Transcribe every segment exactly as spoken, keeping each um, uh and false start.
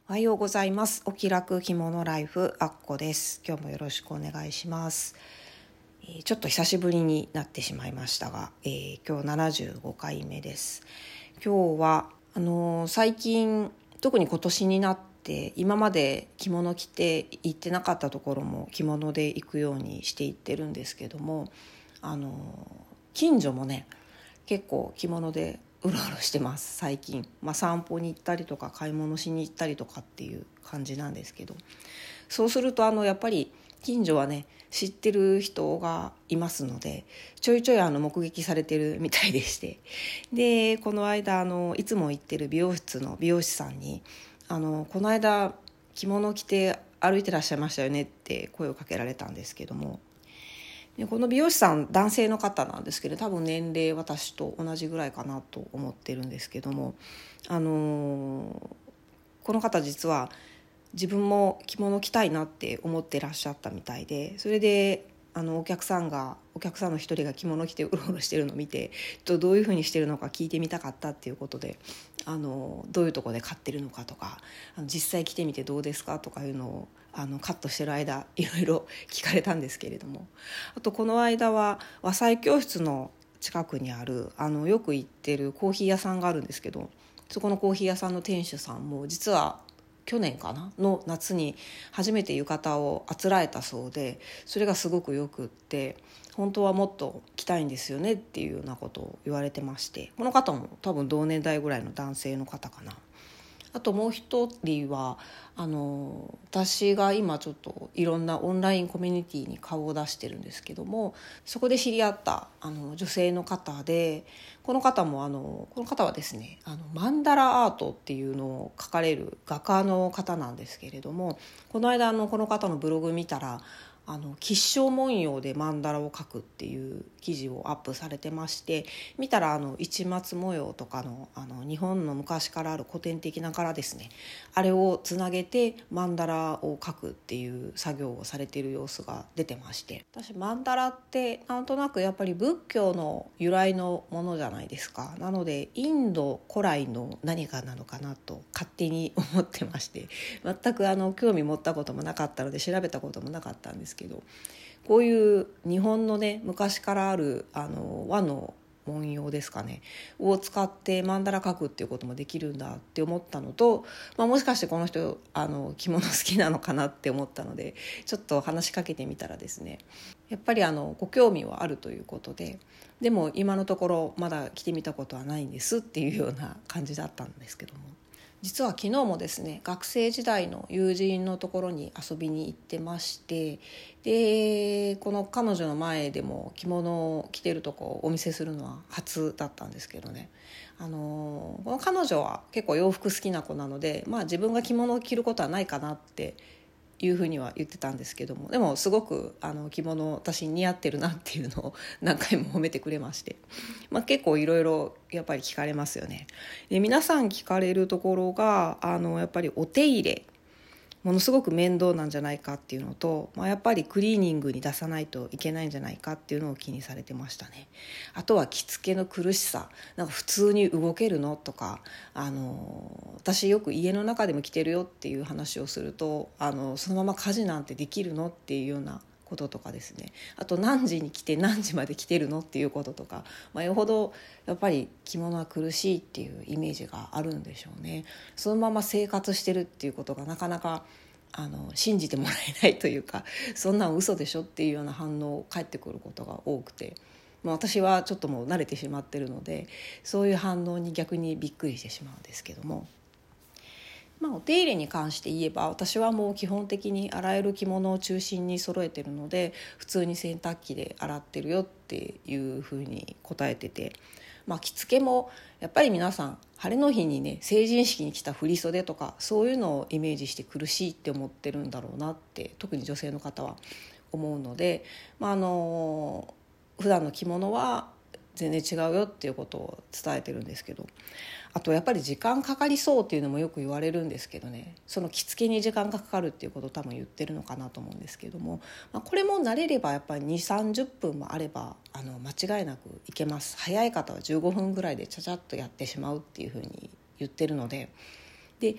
おはようございます。お気楽着物ライフあっこです。今日もよろしくお願いします。えーちょっと久しぶりになってしまいましたが、えー今日ななじゅうごかいめです。今日はあのー最近特に今年になって今まで着物着て行ってなかったところも着物で行くようにして行ってるんですけども、あのー近所もね結構着物でうろうろしてます最近、まあ、散歩に行ったりとか買い物しに行ったりとかっていう感じなんですけど、そうするとあのやっぱり近所はね知ってる人がいますのでちょいちょいあの目撃されてるみたいでして、でこの間あのいつも行ってる美容室の美容師さんにあのこの間着物着て歩いてらっしゃいましたよねって声をかけられたんですけども、でこの美容師さん男性の方なんですけど多分年齢私と同じぐらいかなと思ってるんですけども、あのーこの方実は自分も着物着たいなって思ってらっしゃったみたいで、それであのお客さんがお客さんの一人が着物着てうろうろしてるのを見てちょっとどういうふうにしてるのか聞いてみたかったっていうことで、あのどういうところで買ってるのかとかあの実際着てみてどうですかとかいうのをあのカットしてる間いろいろ聞かれたんですけれども、あとこの間は和裁教室の近くにあるあのよく行ってるコーヒー屋さんがあるんですけど、そこのコーヒー屋さんの店主さんも実は去年かなの夏に初めて浴衣をあつらえたそうで、それがすごくよくって本当はもっと着たいんですよねっていうようなことを言われてまして、この方も多分同年代ぐらいの男性の方かな。あともう一人はあの私が今ちょっといろんなオンラインコミュニティに顔を出してるんですけども、そこで知り合ったあの女性の方で、この方もあのこの方はですねあのマンダラアートっていうのを描かれる画家の方なんですけれども、この間あのこの方のブログ見たらあの吉祥文様でマンダラを描くっていう記事をアップされてまして、見たらあの市松模様とか の, あの日本の昔からある古典的な柄ですね、あれをつなげてマンダラを描くっていう作業をされている様子が出てまして、私マンダラってなんとなくやっぱり仏教の由来のものじゃないですか。なのでインド古来の何かなのかなと勝手に思ってまして、全くあの興味持ったこともなかったので調べたこともなかったんですけど、こういう日本のね昔からあるあの和の文様ですかねを使ってマンダラ描くっていうこともできるんだって思ったのと、まあ、もしかしてこの人あの着物好きなのかなって思ったのでちょっと話しかけてみたらですね、やっぱりあのご興味はあるということで、でも今のところまだ着てみたことはないんですっていうような感じだったんですけども、実は昨日もですね学生時代の友人のところに遊びに行ってまして、でこの彼女の前でも着物を着てるとこをお見せするのは初だったんですけどね、あのこの彼女は結構洋服好きな子なので、まあ、自分が着物を着ることはないかなっていうふうには言ってたんですけども、でもすごくあの着物私に似合ってるなっていうのを何回も褒めてくれまして、まあ、結構いろいろやっぱり聞かれますよね。で皆さん聞かれるところがあのやっぱりお手入れものすごく面倒なんじゃないかっていうのと、まあ、やっぱりクリーニングに出さないといけないんじゃないかっていうのを気にされてましたね。あとは着付けの苦しさ、なんか普通に動けるのとか、あの私よく家の中でも着てるよっていう話をすると、あのそのまま家事なんてできるのっていうようなこととかですね、あと何時に来て何時まで来てるのっていうこととか、まあ、よほどやっぱり着物は苦しいっていうイメージがあるんでしょうね。そのまま生活してるっていうことがなかなかあの信じてもらえないというか、そんなん嘘でしょっていうような反応返ってくることが多くて、まあ、私はちょっともう慣れてしまってるのでそういう反応に逆にびっくりしてしまうんですけども、まあ、お手入れに関して言えば私はもう基本的に洗える着物を中心に揃えてるので普通に洗濯機で洗ってるよっていうふうに答えてて、まあ、着付けもやっぱり皆さん晴れの日にね成人式に着た振り袖とかそういうのをイメージして苦しいって思ってるんだろうなって特に女性の方は思うので、まあ、あの普段の着物は全然違うよっていうことを伝えてるんですけど、あとやっぱり時間かかりそうっていうのもよく言われるんですけどね、その着付けに時間がかかるっていうことを多分言ってるのかなと思うんですけども、まあ、これも慣れればやっぱりにじゅうさんじゅっぷんもあればあの間違いなくいけます。早い方はじゅうごふんぐらいでちゃちゃっとやってしまうっていうふうに言ってるので、で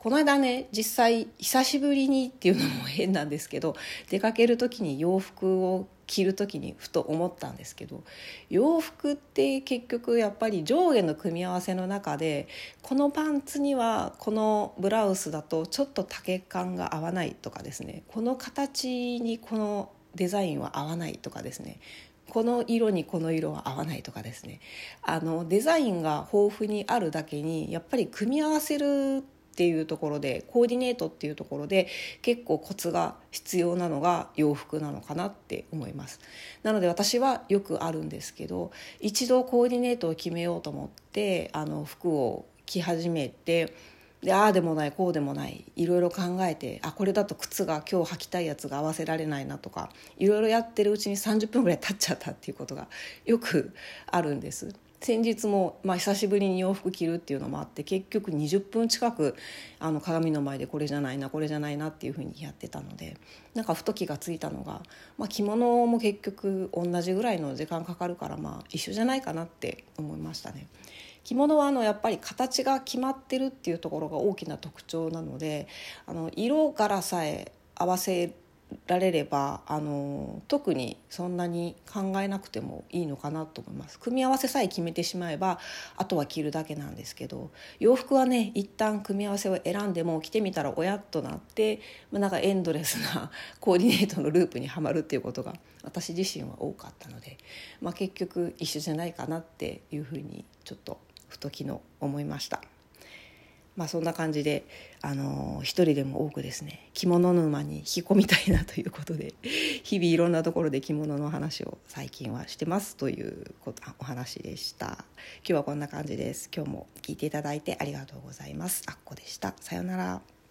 この間ね実際久しぶりにっていうのも変なんですけど、出かける時に洋服を着る時にふと思ったんですけど、洋服って結局やっぱり上下の組み合わせの中で、このパンツにはこのブラウスだとちょっと丈感が合わないとかですね、この形にこのデザインは合わないとかですね、この色にこの色は合わないとかですね、あのデザインが豊富にあるだけにやっぱり組み合わせるっていうところで、コーディネートっていうところで結構コツが必要なのが洋服なのかなって思います。なので私はよくあるんですけど、一度コーディネートを決めようと思ってあの服を着始めて、でああでもないこうでもないいろいろ考えて、あこれだと靴が今日履きたいやつが合わせられないなとか、いろいろやってるうちにさんじゅっぷんぐらい経っちゃったっていうことがよくあるんです。先日も、まあ、久しぶりに洋服着るっていうのもあって、結局にじゅっぷん近くあの鏡の前でこれじゃないなこれじゃないなっていうふうにやってたので、なんかふと気がついたのが、まあ、着物も結局同じぐらいの時間かかるから、まあ一緒じゃないかなって思いましたね。着物はあのやっぱり形が決まってるっていうところが大きな特徴なので、あの色柄さえ合わせられればあの特にそんなに考えなくてもいいのかなと思います。組み合わせさえ決めてしまえばあとは着るだけなんですけど、洋服はね一旦組み合わせを選んでも着てみたらおやっとなって、まあ、なんかエンドレスなコーディネートのループにはまるっていうことが私自身は多かったので、まあ、結局一緒じゃないかなっていうふうにちょっとふと昨日思いました。まあそんな感じで、あのー、一人でも多くですね着物沼に引き込みたいなということで、日々いろんなところで着物の話を最近はしてますというお話でした。今日はこんな感じです。今日も聞いていただいてありがとうございます。あっこでした。さようなら。